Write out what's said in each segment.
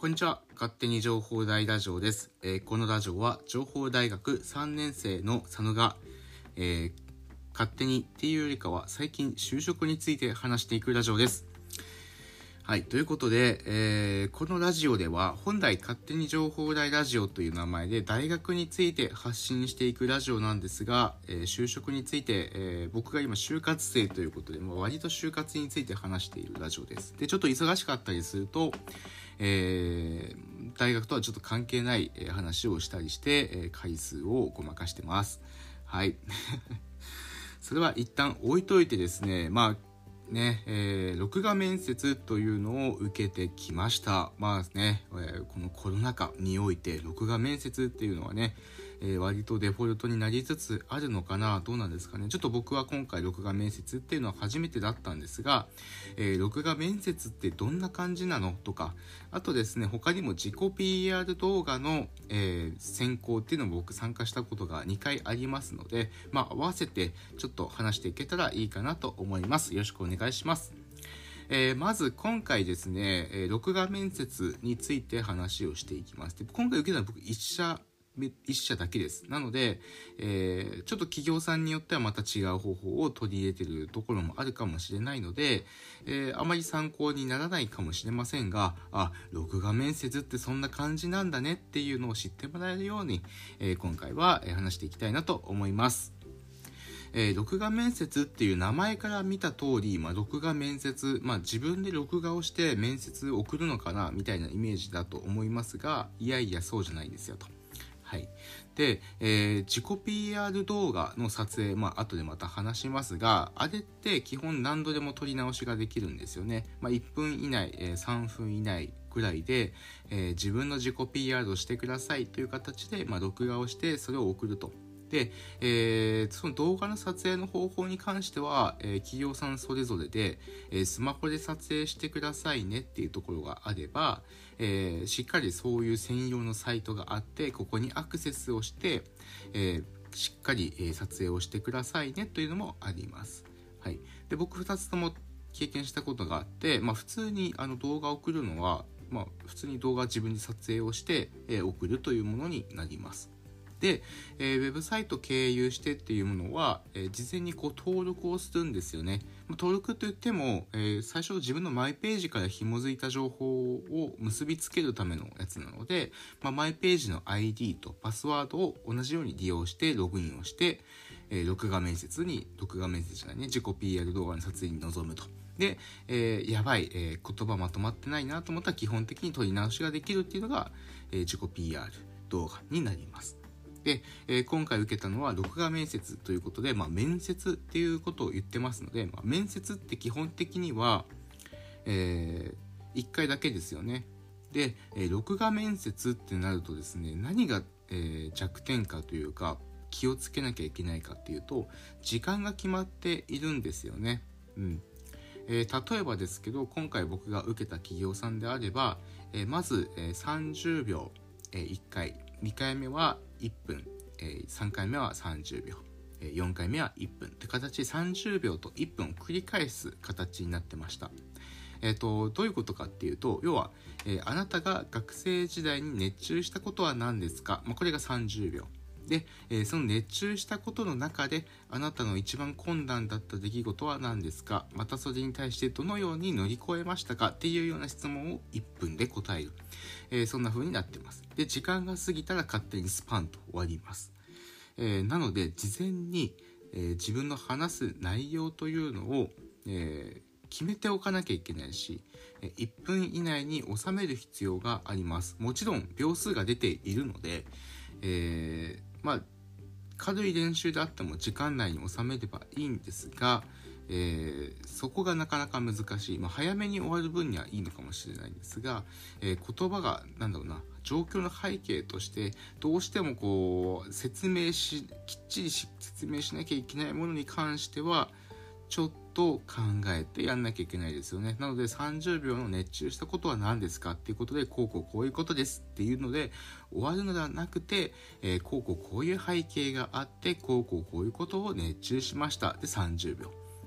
こんにちは。勝手に情報大ラジオです。このラジオは情報大学3年生の佐野が、勝手にっていうよりかは最近就職について話していくラジオです。はい。ということで、このラジオでは本来勝手に情報大ラジオという名前で大学について発信していくラジオなんですが、就職について、僕が今就活生ということで、割と就活について話しているラジオです。で、ちょっと忙しかったりすると、大学とはちょっと関係ない話をしたりして、回数をごまかしてます。はい。それは一旦置いといてですね、録画面接というのを受けてきました。このコロナ禍において録画面接っていうのはね、割とデフォルトになりつつあるのかな、どうなんですかね。ちょっと僕は今回録画面接っていうのは初めてだったんですが、録画面接ってどんな感じなのとか、あとですね、他にも自己 PR 動画の、選考っていうのも僕参加したことが2回ありますので、合わせてちょっと話していけたらいいかなと思います。よろしくお願いします。まず今回ですね、録画面接について話をしていきます。で、今回受けたのは僕一社だけです。なので、ちょっと企業さんによってはまた違う方法を取り入れているところもあるかもしれないので、あまり参考にならないかもしれませんが、録画面接ってそんな感じなんだねっていうのを知ってもらえるように、今回は話していきたいなと思います。録画面接っていう名前から見た通り、録画面接、自分で録画をして面接を送るのかなみたいなイメージだと思いますが、いやいやそうじゃないんですよと。はい。で、自己 PR 動画の撮影、後でまた話しますが、あれって基本何度でも撮り直しができるんですよね。1分以内、3分以内ぐらいで、自分の自己 PR をしてくださいという形で、録画をしてそれを送ると。で、その動画の撮影の方法に関しては、企業さんそれぞれで、スマホで撮影してくださいねっていうところがあれば、しっかりそういう専用のサイトがあって、ここにアクセスをして、しっかり、撮影をしてくださいねというのもあります。はい。で、僕2つとも経験したことがあって、普通に動画を送るのは、普通に動画自分で撮影をして、送るというものになります。で、ウェブサイト経由してっていうものは、事前に登録をするんですよね。登録といっても、最初自分のマイページから紐づいた情報を結びつけるためのやつなので、マイページの ID とパスワードを同じように利用してログインをして、自己 PR 動画の撮影に臨むと。で、やばい、言葉まとまってないなと思ったら基本的に取り直しができるっていうのが、自己 PR 動画になります。で、今回受けたのは録画面接ということで、面接っていうことを言ってますので、面接って基本的には、1回だけですよね。で、録画面接ってなるとですね、何が、弱点かというか、気をつけなきゃいけないかっていうと、時間が決まっているんですよね。例えばですけど、今回僕が受けた企業さんであれば、まず、30秒、1回、2回目は1分、3回目は30秒、4回目は1分って形で30秒と1分を繰り返す形になってました。どういうことかっていうと、要は、あなたが学生時代に熱中したことは何ですか？これが30秒。で、その熱中したことの中であなたの一番困難だった出来事は何ですか？またそれに対してどのように乗り越えましたか？っていうような質問を1分で答える、そんな風になってます。で、時間が過ぎたら勝手にスパンと終わります。なので事前に、自分の話す内容というのを、決めておかなきゃいけないし、1分以内に収める必要があります。もちろん秒数が出ているので、軽い練習であっても時間内に収めればいいんですが、そこがなかなか難しい。早めに終わる分にはいいのかもしれないんですが、言葉が状況の背景としてどうしてもきっちり説明しなきゃいけないものに関してはちょっと考えてやんなきゃいけないですよね。なので30秒の熱中したことは何ですかっていうことで、こういうことですっていうので終わるのではなくて、こういう背景があって、こういうことを熱中しましたで30秒。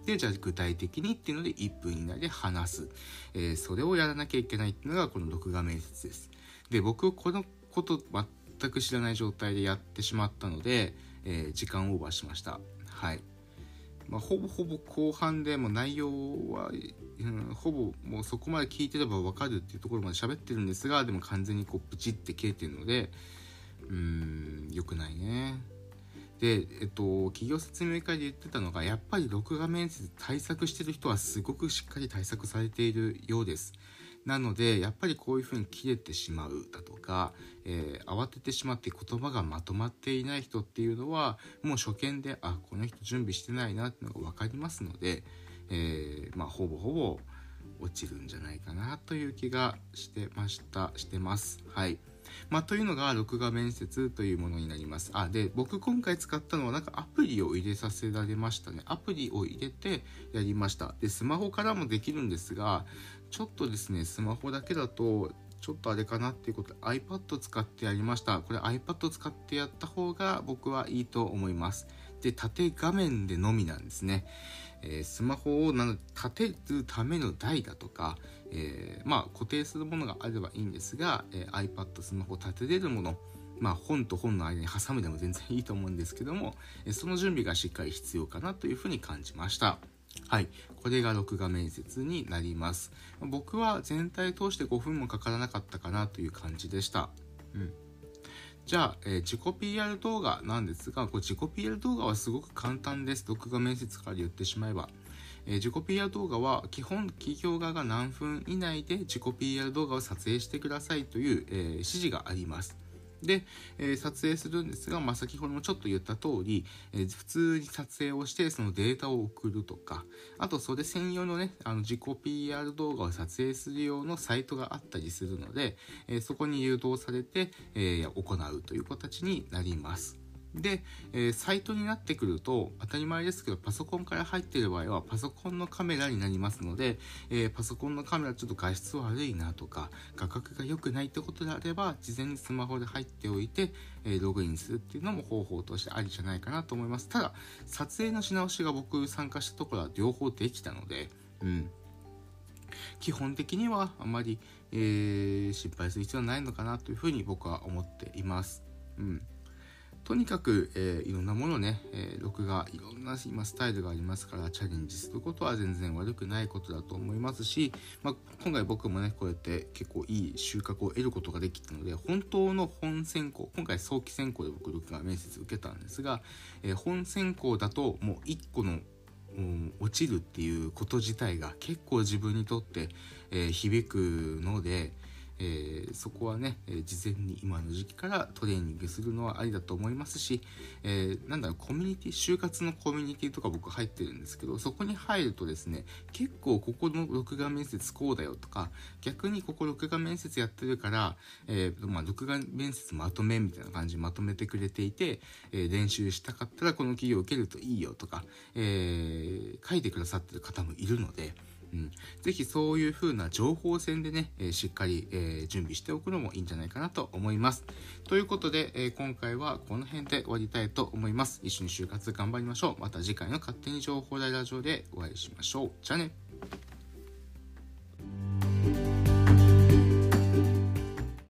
で、じゃあ具体的にっていうので1分以内で話す。それをやらなきゃいけないっていうのがこの録画面接です。で、僕このこと全く知らない状態でやってしまったので、時間オーバーしました。はい。ほぼほぼ後半でも内容は、ほぼもうそこまで聞いてれば分かるっていうところまで喋ってるんですが、でも完全にプチって切れてるので、良くないね。で、企業説明会で言ってたのが、やっぱり録画面接対策してる人はすごくしっかり対策されているようです。なので、やっぱりこういうふうに切れてしまうだとか、慌ててしまって言葉がまとまっていない人っていうのは、もう初見で、この人準備してないなっていうのが分かりますので、ほぼほぼ落ちるんじゃないかなという気がしてます。はい。というのが録画面接というものになります。で、僕今回使ったのはアプリを入れさせられましたね。アプリを入れてやりました。で、スマホからもできるんですが、ちょっとですね、スマホだけだと、ちょっとあれかなっていうことで iPad 使ってやりました。これ iPad 使ってやった方が僕はいいと思います。で、縦画面でのみなんですね。スマホを立てるための台だとか、固定するものがあればいいんですが、iPad スマホ立てれるもの、本と本の間に挟むでも全然いいと思うんですけども、その準備がしっかり必要かなというふうに感じました。はい。これが録画面接になります。僕は全体通して5分もかからなかったかなという感じでした。じゃあ、自己 PR 動画なんですが、自己 PR 動画はすごく簡単です。録画面接から言ってしまえば。自己 PR 動画は基本企業側が何分以内で自己 PR 動画を撮影してくださいという、指示があります。で、撮影するんですが、先ほどもちょっと言った通り、普通に撮影をしてそのデータを送るとか、あとそれ専用のね、自己 PR 動画を撮影する用のサイトがあったりするので、そこに誘導されて、行うという形になります。で、サイトになってくると当たり前ですけど、パソコンから入っている場合はパソコンのカメラになりますので、パソコンのカメラちょっと画質悪いなとか画角が良くないってことであれば、事前にスマホで入っておいて、ログインするっていうのも方法としてありじゃないかなと思います。ただ撮影のし直しが僕参加したところは両方できたので、基本的にはあまり、心配する必要はないのかなというふうに僕は思っています。とにかく、いろんなものね、録画、いろんな今スタイルがありますから、チャレンジすることは全然悪くないことだと思いますし、今回僕もね、こうやって結構いい収穫を得ることができたので、本当の本選考、今回早期選考で僕録画面接受けたんですが、本選考だともう1個の落ちるっていうこと自体が結構自分にとって、響くので、そこはね、事前に今の時期からトレーニングするのはありだと思いますし、コミュニティ、就活のコミュニティとか僕入ってるんですけど、そこに入るとですね、結構ここの録画面接こうだよとか、逆にここ録画面接やってるから、録画面接まとめみたいな感じでまとめてくれていて、練習したかったらこの企業受けるといいよとか、書いてくださってる方もいるので、ぜひそういう風な情報戦でね、しっかり、準備しておくのもいいんじゃないかなと思います。ということで、今回はこの辺で終わりたいと思います。一緒に就活頑張りましょう。また次回の勝手に情報大ラジオでお会いしましょう。じゃあね。